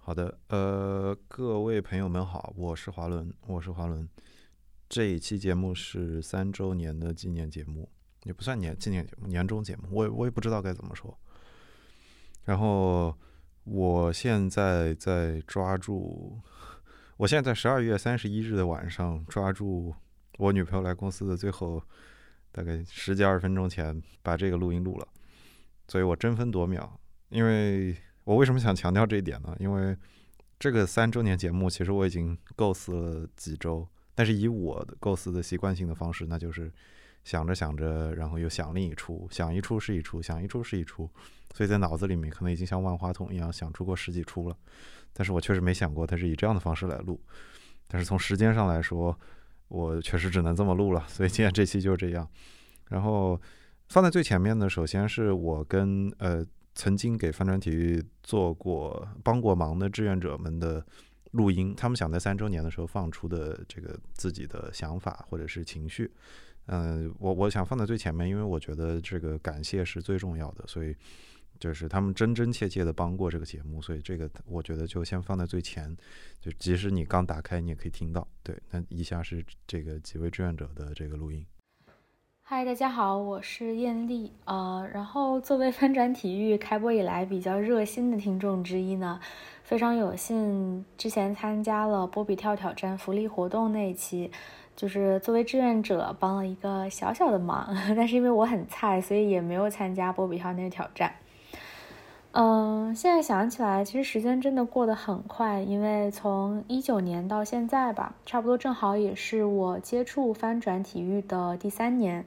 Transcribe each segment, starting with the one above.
好的，各位朋友们好，我是华伦。这一期节目是3周年的纪念节目，也不算纪念节目，年终节目，我也不知道该怎么说。然后我现在在抓住，我现在在12月31日的晚上抓住我女朋友来公司的最后大概十几20分钟前把这个录音录了，所以我争分夺秒。因为我为什么想强调这一点呢？因为这个3周年节目其实我已经构思了几周，但是以我的构思的习惯性的方式，那就是想着想着，然后又想另一出，想一出是一出，想一出是一出，所以在脑子里面可能已经像万花筒一样想出过十几出了。但是我确实没想过它是以这样的方式来录，但是从时间上来说，我确实只能这么录了，所以今天这期就是这样。然后放在最前面的，首先是我跟曾经给翻转体育帮过忙的志愿者们的录音，他们想在3周年的时候放出的这个自己的想法或者是情绪，我想放在最前面，因为我觉得这个感谢是最重要的，所以就是他们真真切切的帮过这个节目，所以这个我觉得就先放在最前，就即使你刚打开，你也可以听到。对，那以下是这个几位志愿者的这个录音。 嗨，大家好，我是艳丽。然后作为翻转体育开播以来比较热心的听众之一呢，非常有幸之前参加了波比跳挑战福利活动那一期，就是作为志愿者帮了一个小小的忙，但是因为我很菜，所以也没有参加波比跳那个挑战。现在想起来，其实时间真的过得很快，因为从19年到现在吧，差不多正好也是我接触翻转体育的第3年。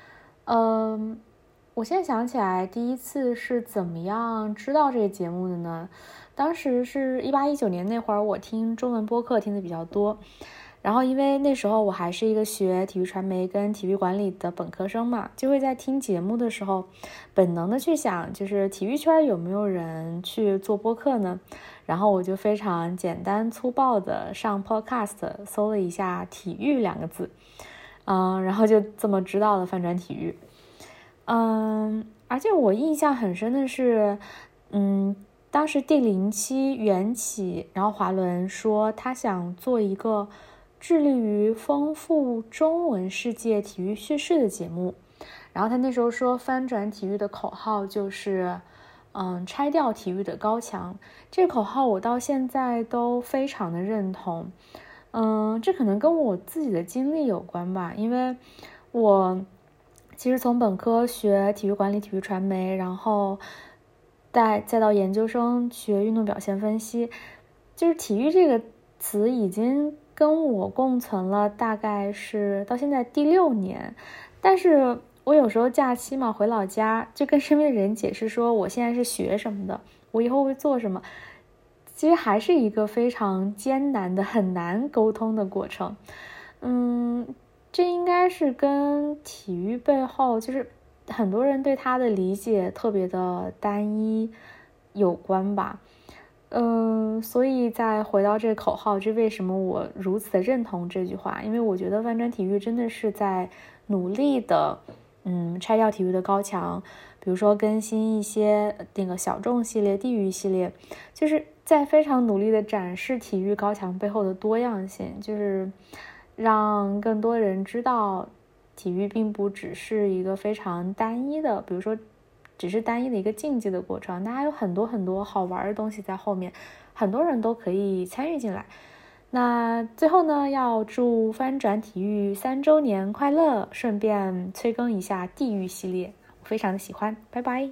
我现在想起来，第一次是怎么样知道这个节目的呢？当时是18、19年那会儿，我听中文播客听的比较多，然后因为那时候我还是一个学体育传媒跟体育管理的本科生嘛，就会在听节目的时候，本能的去想，就是体育圈有没有人去做播客呢？然后我就非常简单粗暴的上 Podcast 搜了一下“体育”2个字，然后就这么知道了翻转体育。而且我印象很深的是，当时第0期缘起，然后华伦说他想做一个致力于丰富中文世界体育叙事的节目，然后他那时候说翻转体育的口号就是拆掉体育的高墙，这个口号我到现在都非常的认同。这可能跟我自己的经历有关吧，因为我其实从本科学体育管理、体育传媒，然后再到研究生学运动表现分析，就是体育这个词已经跟我共存了，大概是到现在第6年。但是我有时候假期嘛，回老家就跟身边的人解释说我现在是学什么的，我以后会做什么，其实还是一个非常艰难的、很难沟通的过程。这应该是跟体育背后就是很多人对它的理解特别的单一有关吧。所以再回到这个口号，这为什么我如此的认同这句话？因为我觉得翻转体育真的是在努力的，拆掉体育的高墙，比如说更新一些那个小众系列、地域系列，就是在非常努力的展示体育高墙背后的多样性，就是让更多人知道，体育并不只是一个非常单一的，比如说只是单一的一个竞技的过程，它还有很多很多好玩的东西在后面，很多人都可以参与进来。那最后呢，要祝翻转体育3周年快乐，顺便催更一下地狱系列，我非常的喜欢，拜拜。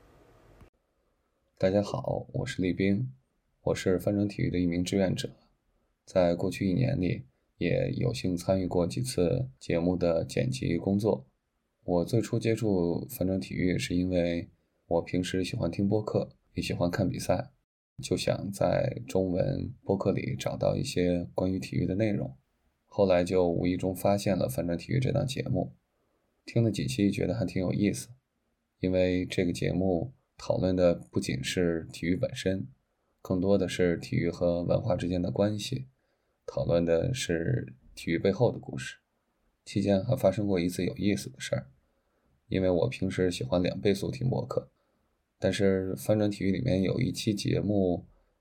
大家好，我是立冰，我是翻转体育的一名志愿者，在过去1年里，也有幸参与过几次节目的剪辑工作。我最初接触翻转体育是因为我平时喜欢听播客，也喜欢看比赛，就想在中文播客里找到一些关于体育的内容。后来就无意中发现了翻转体育这档节目，听了几期觉得还挺有意思，因为这个节目讨论的不仅是体育本身，更多的是体育和文化之间的关系，讨论的是体育背后的故事。期间还发生过一次有意思的事儿，因为我平时喜欢2倍速听播客，但是翻转体育里面有一期节目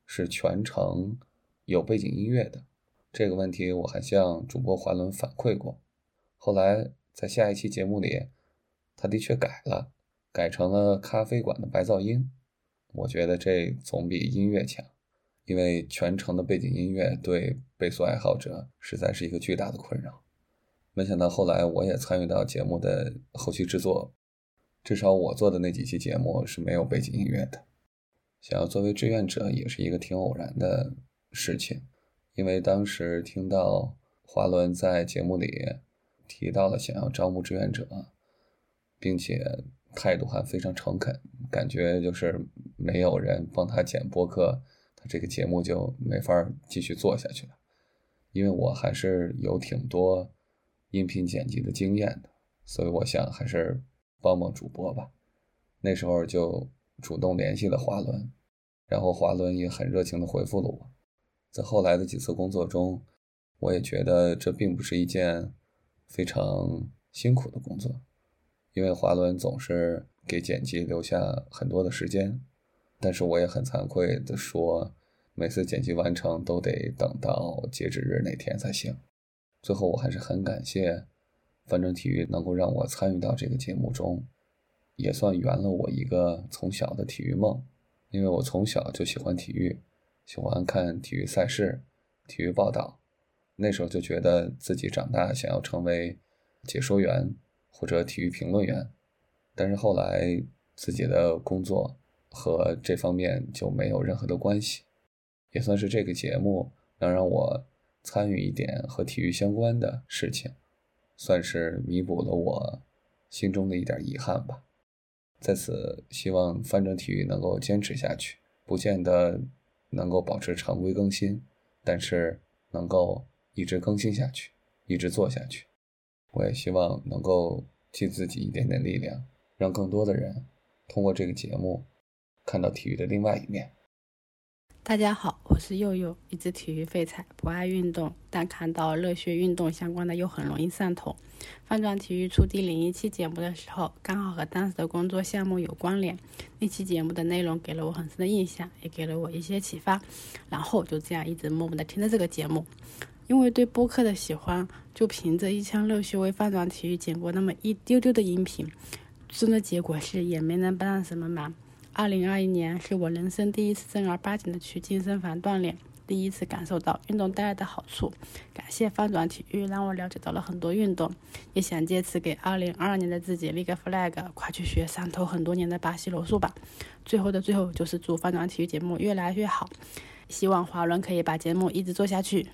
是全程有背景音乐的。这个问题我还向主播华伦反馈过，后来在下一期节目里，他的确改了，改成了咖啡馆的白噪音。我觉得这总比音乐强，因为全程的背景音乐对倍速爱好者实在是一个巨大的困扰。没想到后来我也参与到节目的后期制作，至少我做的那几期节目是没有背景音乐的。想要作为志愿者也是一个挺偶然的事情，因为当时听到华伦在节目里提到了想要招募志愿者，并且态度还非常诚恳，感觉就是没有人帮他剪播客，他这个节目就没法继续做下去了。因为我还是有挺多音频剪辑的经验的，所以我想还是帮帮主播吧。那时候就主动联系了华伦，然后华伦也很热情地回复了我。在后来的几次工作中，我也觉得这并不是一件非常辛苦的工作，因为华伦总是给剪辑留下很多的时间，但是我也很惭愧地说，每次剪辑完成都得等到截止日那天才行。最后我还是很感谢反正体育能够让我参与到这个节目中，也算圆了我一个从小的体育梦。因为我从小就喜欢体育，喜欢看体育赛事、体育报道，那时候就觉得自己长大想要成为解说员或者体育评论员，但是后来自己的工作和这方面就没有任何的关系，也算是这个节目能让我参与一点和体育相关的事情，算是弥补了我心中的一点遗憾吧。在此希望翻转体育能够坚持下去，不见得能够保持常规更新，但是能够一直更新下去，一直做下去。我也希望能够尽自己一点点力量，让更多的人通过这个节目看到体育的另外一面。 大家好，我是佑佑，一只体育废柴，不爱运动，但看到热血运动相关的又很容易上头。翻转体育出第01期节目的时候，刚好和当时的工作项目有关联。那期节目的内容给了我很深的印象，也给了我一些启发，然后就这样一直默默地听着这个节目。因为对播客的喜欢，就凭着一腔热血为翻转体育剪过那么一丢丢的音频，最终的结果是也没能帮上什么忙。2021年是我人生第一次正儿八经的去健身房锻炼，第一次感受到运动带来的好处。感谢翻转体育，让我了解到了很多运动，也想借此给2022年的自己立个 flag， 快去学上头很多年的巴西柔术吧。最后的最后，就是祝翻转体育节目越来越好，希望华伦可以把节目一直做下去。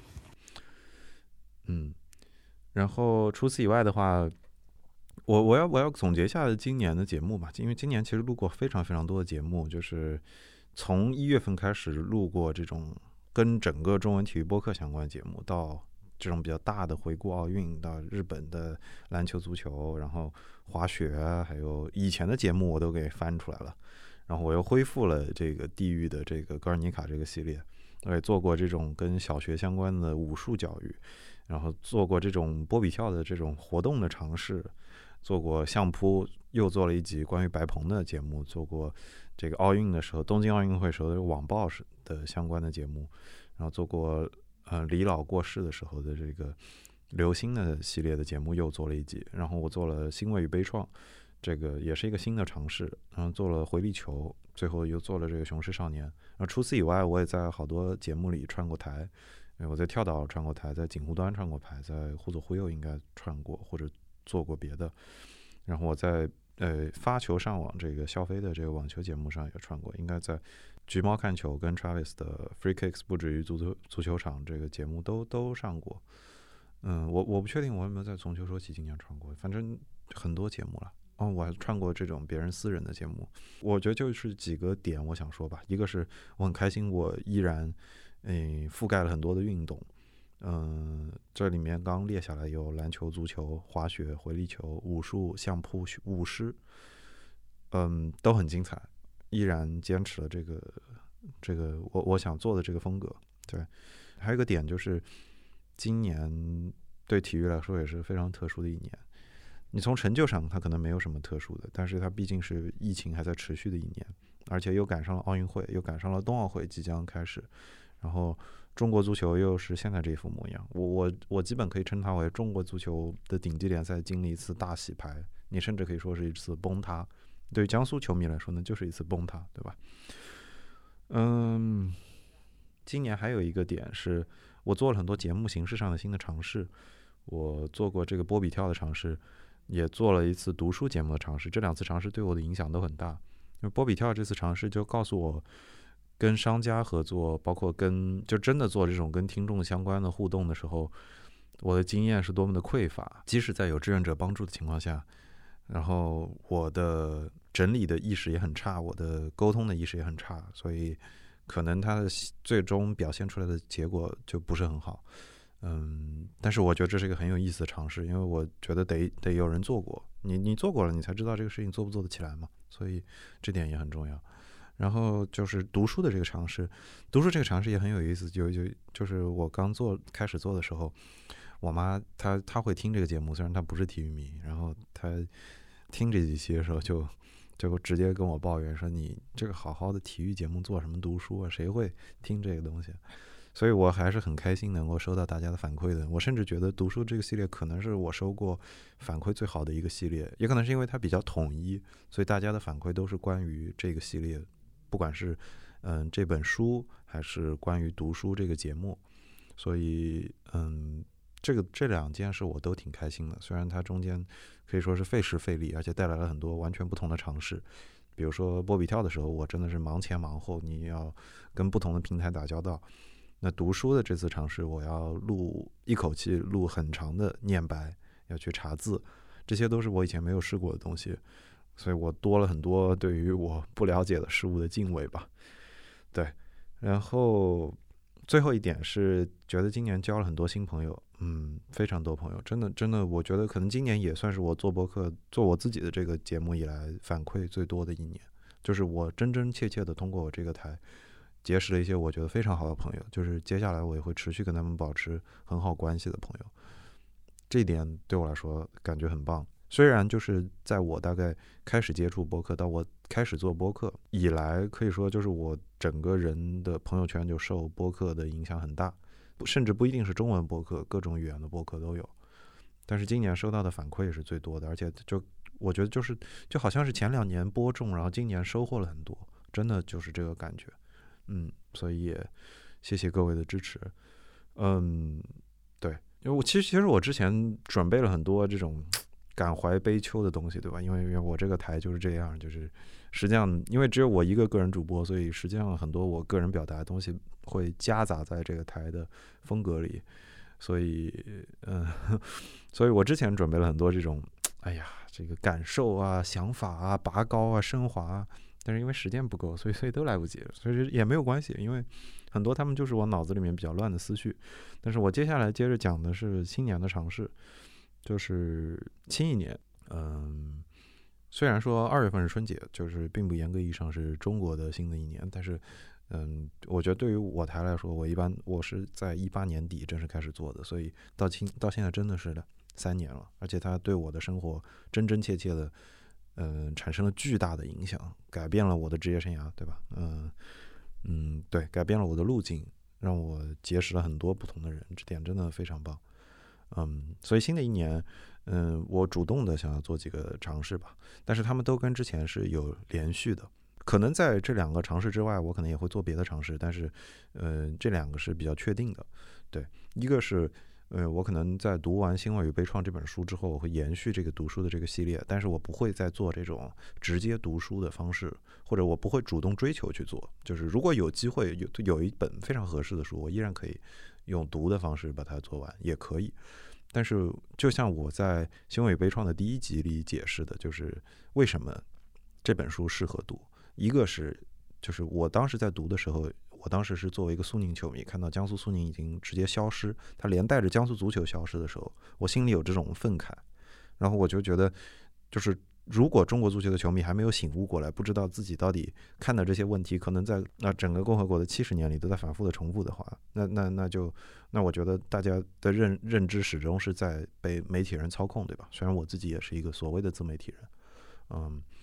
然后除此以外的话，我要总结一下今年的节目吧，因为今年其实录过非常非常多的节目，就是从1月份开始录过这种跟整个中文体育播客相关的节目，到这种比较大的回顾奥运，到日本的篮球、足球，然后滑雪，还有以前的节目我都给翻出来了。然后我又恢复了这个地狱的这个戈尔尼卡这个系列，我也做过这种跟小学相关的武术教育，然后做过这种波比跳的这种活动的尝试，做过相扑，又做了一集关于白鹏的节目，做过这个奥运的时候，东京奥运会时候的网报的相关的节目，然后做过李老过世的时候的这个流星的系列的节目又做了一集，然后我做了欣慰与悲怆，这个也是一个新的尝试，然后做了回力球，最后又做了这个雄狮少年。然后除此以外，我也在好多节目里串过台，我在跳岛串过台，在锦湖端串过台，在忽左忽右应该串过或者做过别的。然后我在发球上网这个肖飞的这个网球节目上也串过，应该在橘猫看球跟 Travis 的 Free Kicks 不止于足球场这个节目都上过。我不确定我有没有在从球说起今年串过，反正很多节目了。我还串过这种别人私人的节目。我觉得就是几个点我想说吧，一个是我很开心我依然覆盖了很多的运动，这里面刚列下来有篮球、足球、滑雪、回力球、武术、相扑、舞狮，都很精彩，依然坚持了这个我想做的这个风格。对，还有一个点就是今年对体育来说也是非常特殊的一年。你从成就上它可能没有什么特殊的，但是它毕竟是疫情还在持续的一年， 而且又赶上了奥运会，又赶上了冬奥会即将开始，然后中国足球又是现在这副模样，我基本可以称它为中国足球的顶级联赛经历一次大洗牌，你甚至可以说是一次崩塌。对于江苏球迷来说呢，就是一次崩塌，对吧？今年还有一个点是，我做了很多节目形式上的新的尝试。我做过这个波比跳的尝试，也做了一次读书节目的尝试。这2次尝试对我的影响都很大。因为波比跳这次尝试就告诉我，跟商家合作，包括就真的做这种跟听众相关的互动的时候，我的经验是多么的匮乏。即使在有志愿者帮助的情况下，然后我的整理的意识也很差，我的沟通的意识也很差，所以可能它的最终表现出来的结果就不是很好。但是我觉得这是一个很有意思的尝试，因为我觉得得有人做过，你做过了，你才知道这个事情做不做得起来嘛，所以这点也很重要。然后就是读书的这个尝试，读书这个尝试也很有意思，就是我刚开始做的时候，我妈她会听这个节目，虽然她不是体育迷，然后她听这几期的时候就直接跟我抱怨说，你这个好好的体育节目做什么读书啊，谁会听这个东西？所以我还是很开心能够收到大家的反馈的。我甚至觉得读书这个系列可能是我收过反馈最好的一个系列，也可能是因为它比较统一，所以大家的反馈都是关于这个系列，不管是这本书还是关于读书这个节目。所以这2件事我都挺开心的，虽然它中间可以说是费时费力，而且带来了很多完全不同的尝试。比如说波比跳的时候，我真的是忙前忙后，你要跟不同的平台打交道。那读书的这次尝试，我要一口气录很长的念白，要去查字，这些都是我以前没有试过的东西，所以我多了很多对于我不了解的事物的敬畏吧。对，然后最后一点是觉得今年交了很多新朋友，非常多朋友，真的，我觉得可能今年也算是我做播客做我自己的这个节目以来反馈最多的一年，就是我真真切切的通过我这个台结识了一些我觉得非常好的朋友，就是接下来我也会持续跟他们保持很好关系的朋友，这一点对我来说感觉很棒。虽然就是在我大概开始接触播客到我开始做播客以来，可以说就是我整个人的朋友圈就受播客的影响很大，甚至不一定是中文播客，各种语言的播客都有。但是今年收到的反馈是最多的，而且我觉得就好像是前2年播种，然后今年收获了很多，真的就是这个感觉。所以也谢谢各位的支持。对，因为我其实我之前准备了很多这种感怀悲秋的东西，对吧？因为我这个台就是这样，就是实际上因为只有我一个个人主播，所以实际上很多我个人表达的东西会夹杂在这个台的风格里，所以我之前准备了很多这种这个感受啊、想法啊、拔高啊、升华啊，但是因为时间不够，所以都来不及了，所以也没有关系，因为很多他们就是我脑子里面比较乱的思绪。但是我接下来接着讲的是新年的尝试，就是新一年。虽然说2月份是春节，就是并不严格意义上是中国的新的一年，但是我觉得对于我台来说，我是在18年底正式开始做的，所以到现在真的是3年了，而且它对我的生活真真切切的产生了巨大的影响，改变了我的职业生涯，对吧？对，改变了我的路径，让我结识了很多不同的人，这点真的非常棒。所以新的一年，我主动的想要做几个尝试吧，但是他们都跟之前是有连续的。可能在这2个尝试之外，我可能也会做别的尝试，但是这2个是比较确定的。对，一个是我可能在读完《兴外与悲怆》这本书之后，我会延续这个读书的这个系列，但是我不会再做这种直接读书的方式，或者我不会主动追求去做。就是如果有机会有一本非常合适的书，我依然可以用读的方式把它做完，也可以。但是就像我在《兴外与悲怆》的第1集里解释的，就是为什么这本书适合读。一个是就是我当时在读的时候，我当时是作为一个苏宁球迷，看到江苏苏宁已经直接消失，它连带着江苏足球消失的时候，我心里有这种愤慨。然后我就觉得，就是如果中国足球的球迷还没有醒悟过来，不知道自己到底看的这些问题可能在整个共和国的70年里都在反复的重复的话，那我觉得大家的认知始终是在被媒体人操控，对吧？虽然我自己也是一个所谓的自媒体人，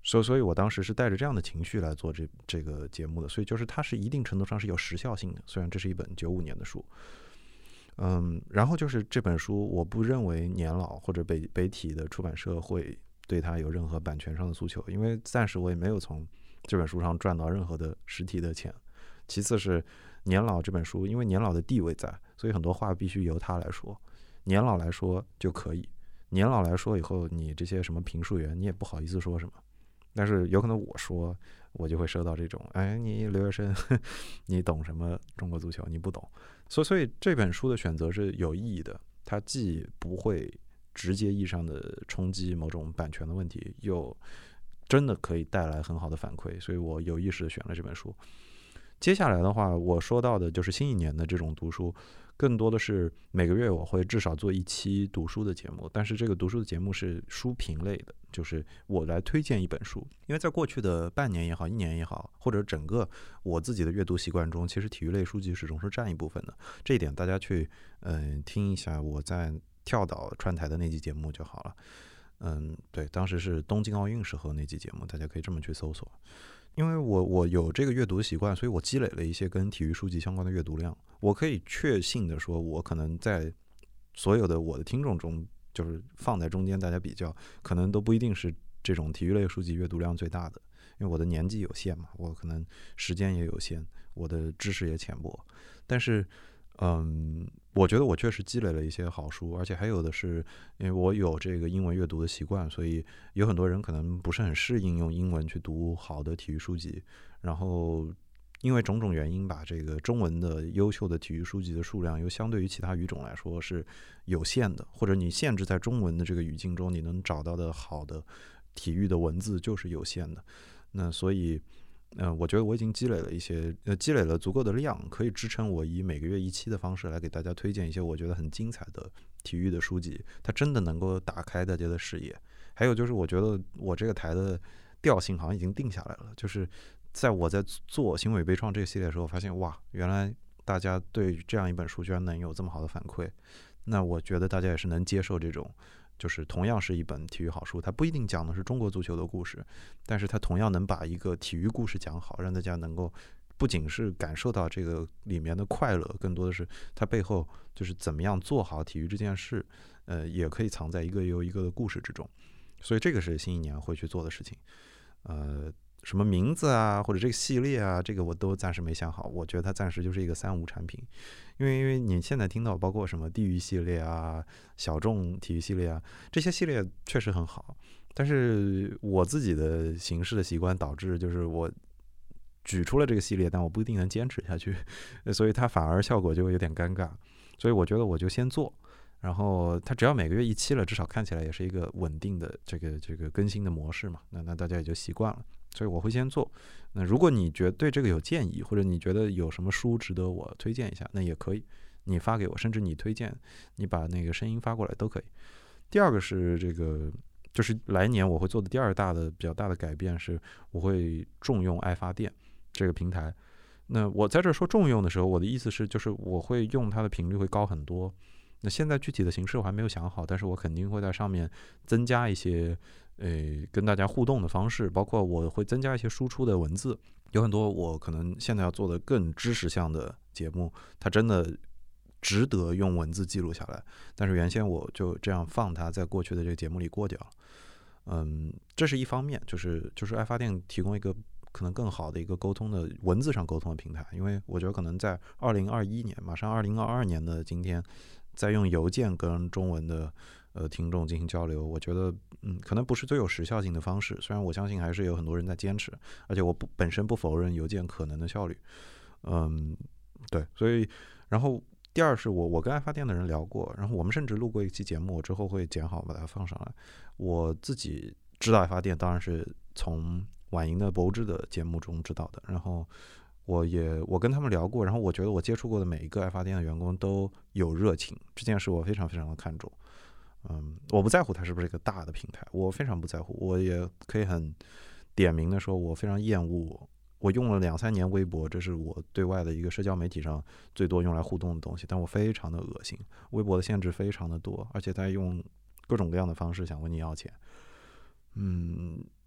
所以我当时是带着这样的情绪来做这个节目的，所以就是它是一定程度上是有时效性的，虽然这是一本95年的书。然后就是这本书，我不认为年老或者北体的出版社会对它有任何版权上的诉求，因为暂时我也没有从这本书上赚到任何的实体的钱。其次是年老这本书，因为年老的地位在，所以很多话必须由他来说，年老来说就可以。年老来说以后，你这些什么评述员，你也不好意思说什么。但是有可能我说，我就会收到这种，哎，你留学生，你懂什么中国足球？你不懂。所以这本书的选择是有意义的，它既不会直接意义上的冲击某种版权的问题，又真的可以带来很好的反馈，所以我有意识的选了这本书。接下来的话，我说到的就是新一年的这种读书，更多的是每个月我会至少做一期读书的节目，但是这个读书的节目是书评类的，就是我来推荐一本书。因为在过去的半年也好，1年也好，或者整个我自己的阅读习惯中，其实体育类书籍始终是占一部分的。这一点大家去听一下我在跳岛川台的那期节目就好了。对，当时是东京奥运时候那期节目，大家可以这么去搜索。因为我有这个阅读的习惯，所以我积累了一些跟体育书籍相关的阅读量。我可以确信的说，我可能在所有的我的听众中，就是放在中间大家比较，可能都不一定是这种体育类书籍阅读量最大的，因为我的年纪有限嘛，我可能时间也有限，我的知识也浅薄。但是我觉得我确实积累了一些好书，而且还有的是因为我有这个英文阅读的习惯，所以有很多人可能不是很适应用英文去读好的体育书籍，然后因为种种原因吧，这个中文的优秀的体育书籍的数量又相对于其他语种来说是有限的，或者你限制在中文的这个语境中，你能找到的好的体育的文字就是有限的。那所以我觉得我已经积累了足够的量，可以支撑我以每个月1期的方式来给大家推荐一些我觉得很精彩的体育的书籍，它真的能够打开大家的视野。还有就是我觉得我这个台的调性好像已经定下来了，就是在我在做新伟悲怆这个系列的时候，发现哇，原来大家对这样一本书居然能有这么好的反馈，那我觉得大家也是能接受这种，就是同样是一本体育好书，它不一定讲的是中国足球的故事，但是它同样能把一个体育故事讲好，让大家能够不仅是感受到这个里面的快乐，更多的是它背后就是怎么样做好体育这件事，也可以藏在一个又一个的故事之中。所以这个是新一年会去做的事情。什么名字啊，或者这个系列啊，这个我都暂时没想好。我觉得它暂时就是一个3无产品，因为你现在听到包括什么地域系列啊、小众体育系列啊，这些系列确实很好，但是我自己的行事的习惯导致，就是我举出了这个系列，但我不一定能坚持下去，所以它反而效果就有点尴尬。所以我觉得我就先做，然后它只要每个月1期了，至少看起来也是一个稳定的这个更新的模式嘛，那大家也就习惯了。所以我会先做。那如果你觉得对这个有建议，或者你觉得有什么书值得我推荐一下，那也可以，你发给我，甚至你推荐，你把那个声音发过来都可以。第二个是这个，就是来年我会做的第二比较大的改变是，我会重用爱发电这个平台。那我在这说重用的时候，我的意思是，就是我会用它的频率会高很多。那现在具体的形式我还没有想好，但是我肯定会在上面增加一些跟大家互动的方式，包括我会增加一些输出的文字。有很多我可能现在要做的更知识向的节目，它真的值得用文字记录下来，但是原先我就这样放它在过去的这个节目里过掉了。这是一方面，就是爱发电提供一个可能更好的一个沟通的文字上沟通的平台，因为我觉得可能在2021年，马上2022年的今天，在用邮件跟中文的听众进行交流，我觉得可能不是最有时效性的方式。虽然我相信还是有很多人在坚持，而且我本身不否认邮件可能的效率。对，所以然后第二是我跟爱发电的人聊过，然后我们甚至录过一期节目，我之后会剪好把它放上来。我自己知道爱发电当然是从晚莹的博物志的节目中知道的，然后我跟他们聊过，然后我觉得我接触过的每一个爱发电的员工都有热情，这件事我非常非常的看重。我不在乎它是不是一个大的平台，我非常不在乎，我也可以很点名的说，我非常厌恶。我用了2-3年微博，这是我对外的一个社交媒体上最多用来互动的东西，但我非常的恶心。微博的限制非常的多，而且在用各种各样的方式想问你要钱。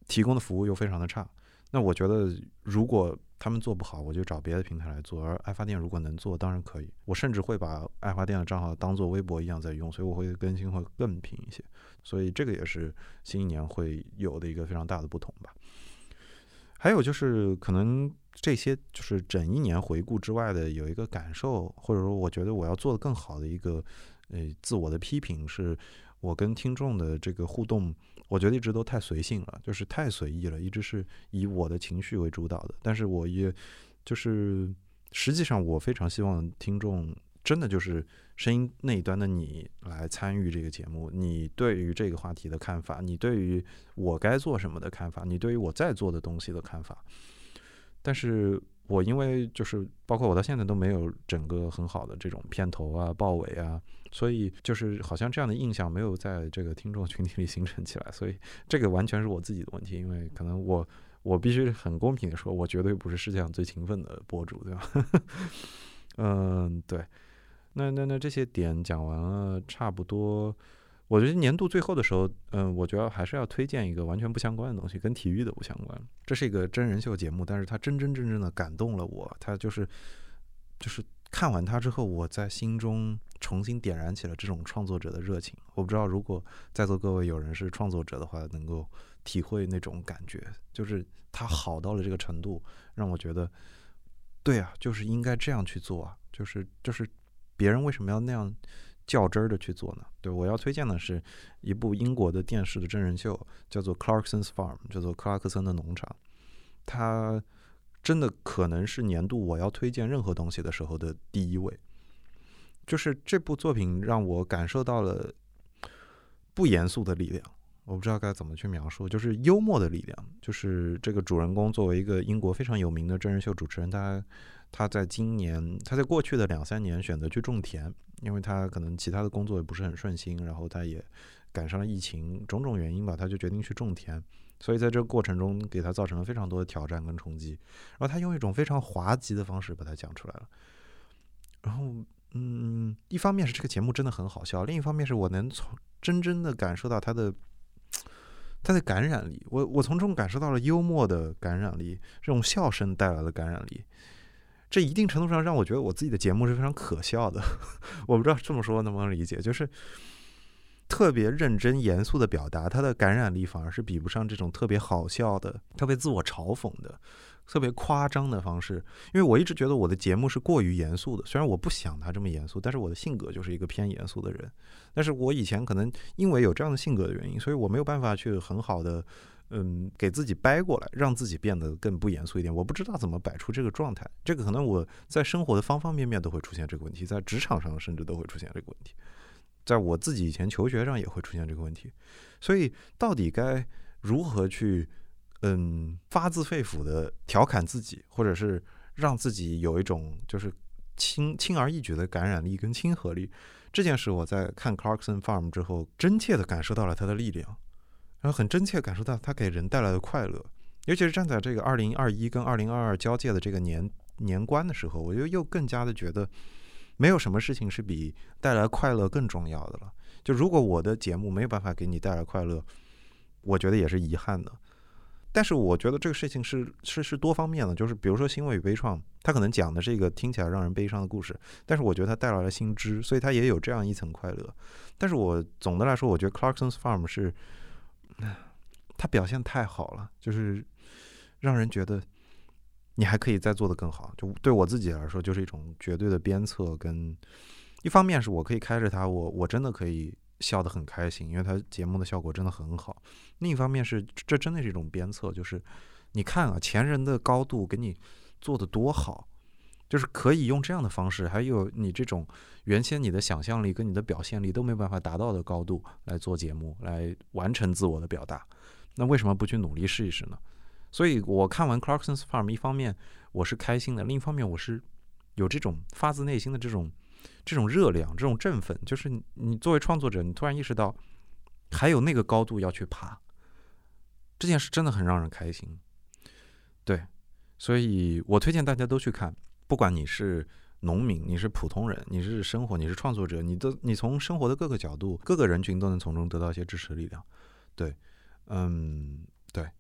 提供的服务又非常的差。那我觉得如果他们做不好，我就找别的平台来做，而爱发电如果能做当然可以，我甚至会把爱发电的账号当做微博一样在用，所以我会更新会更频一些，所以这个也是新一年会有的一个非常大的不同吧。还有就是可能这些就是整一年回顾之外的有一个感受，或者说我觉得我要做得更好的一个自我的批评，是我跟听众的这个互动，我觉得一直都太随性了，就是太随意了，一直是以我的情绪为主导的。但是我也就是实际上我非常希望听众真的就是声音那一端的你来参与这个节目，你对于这个话题的看法，你对于我该做什么的看法，你对于我在做的东西的看法。但是我因为就是包括我到现在都没有整个很好的这种片头啊报尾啊，所以就是好像这样的印象没有在这个听众群体里形成起来，所以这个完全是我自己的问题。因为可能我必须很公平的说，我绝对不是世界上最勤奋的博主，对吧？对。那这些点讲完了，差不多。我觉得年度最后的时候，我觉得还是要推荐一个完全不相关的东西，跟体育的不相关。这是一个真人秀节目，但是它真正的感动了我。它就是看完它之后，我在心中重新点燃起了这种创作者的热情。我不知道如果在座各位有人是创作者的话，能够体会那种感觉，就是它好到了这个程度，让我觉得，对啊，就是应该这样去做啊，就是别人为什么要那样较真儿的去做呢？对，我要推荐的是一部英国的电视的真人秀，叫做 Clarkson's Farm， 叫做克拉克森的农场。它真的可能是年度我要推荐任何东西的时候的第一位。就是这部作品让我感受到了不严肃的力量，我不知道该怎么去描述，就是幽默的力量。就是这个主人公作为一个英国非常有名的真人秀主持人，他在过去的2-3年选择去种田，因为他可能其他的工作也不是很顺心，然后他也赶上了疫情，种种原因吧，他就决定去种田。所以在这个过程中给他造成了非常多的挑战跟冲击，然后他用一种非常滑稽的方式把它讲出来了。然后一方面是这个节目真的很好笑，另一方面是我能真正的感受到它的感染力。我从中感受到了幽默的感染力，这种笑声带来的感染力。这一定程度上让我觉得我自己的节目是非常可笑的。我不知道这么说能不能理解，就是特别认真严肃的表达，它的感染力反而是比不上这种特别好笑的、特别自我嘲讽的、特别夸张的方式。因为我一直觉得我的节目是过于严肃的，虽然我不想它这么严肃，但是我的性格就是一个偏严肃的人。但是我以前可能因为有这样的性格的原因，所以我没有办法去很好的给自己掰过来，让自己变得更不严肃一点。我不知道怎么摆出这个状态，这个可能我在生活的方方面面都会出现这个问题，在职场上甚至都会出现这个问题，在我自己以前求学上也会出现这个问题。所以到底该如何去发自肺腑的调侃自己，或者是让自己有一种就是轻而易举的感染力跟亲和力，这件事我在看 Clarkson Farm 之后真切的感受到了它的力量，然后很真切感受到它给人带来的快乐。尤其是站在这个2021跟2022交界的这个年关的时候，我就又更加的觉得没有什么事情是比带来快乐更重要的了。就如果我的节目没有办法给你带来快乐，我觉得也是遗憾的。但是我觉得这个事情是多方面的，就是比如说欣慰与悲怆，它可能讲的是一个听起来让人悲伤的故事，但是我觉得它带来了新知，所以它也有这样一层快乐。但是我总的来说，我觉得 Clarkson's Farm 是它表现太好了，就是让人觉得你还可以再做得更好。就对我自己来说，就是一种绝对的鞭策，跟一方面是我可以开着它，我真的可以笑得很开心，因为它节目的效果真的很好。另一方面是这真的是一种鞭策，就是你看啊，前人的高度给你做得多好，就是可以用这样的方式，还有你这种原先你的想象力跟你的表现力都没办法达到的高度来做节目，来完成自我的表达，那为什么不去努力试一试呢？所以我看完 Clarkson's Farm， 一方面我是开心的，另一方面我是有这种发自内心的这种热量，这种振奋，就是你作为创作者，你突然意识到还有那个高度要去爬，这件事真的很让人开心。对，所以我推荐大家都去看，不管你是农民，你是普通人，你是生活，你是创作者，你从生活的各个角度、各个人群都能从中得到一些支持力量。对，对，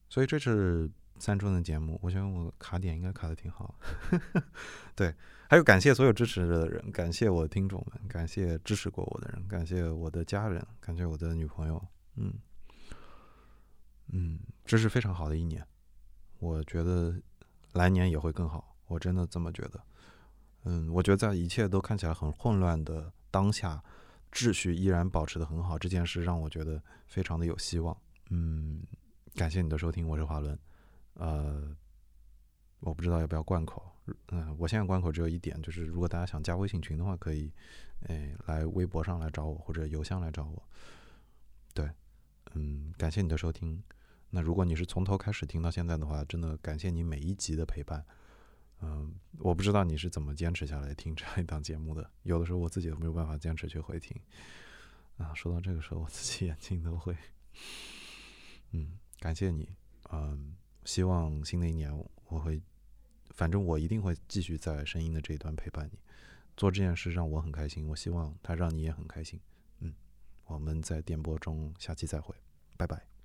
所以这是3周年的节目，我觉得我卡点应该卡的挺好。对，还有感谢所有支持的人，感谢我的听众们，感谢支持过我的人，感谢我的家人，感谢我的女朋友。这是非常好的一年，我觉得来年也会更好，我真的这么觉得。我觉得在一切都看起来很混乱的当下，秩序依然保持得很好，这件事让我觉得非常的有希望。感谢你的收听，我是华伦。我不知道要不要贯口。我现在贯口只有一点，就是如果大家想加微信群的话，可以来微博上来找我，或者邮箱来找我。对，感谢你的收听。那如果你是从头开始听到现在的话，真的感谢你每一集的陪伴。我不知道你是怎么坚持下来听这样一档节目的，有的时候我自己都没有办法坚持去回听。说到这个时候，我自己眼睛都会。感谢你。希望新的一年反正我一定会继续在声音的这一端陪伴你，做这件事让我很开心，我希望它让你也很开心。我们在电波中下期再会，拜拜。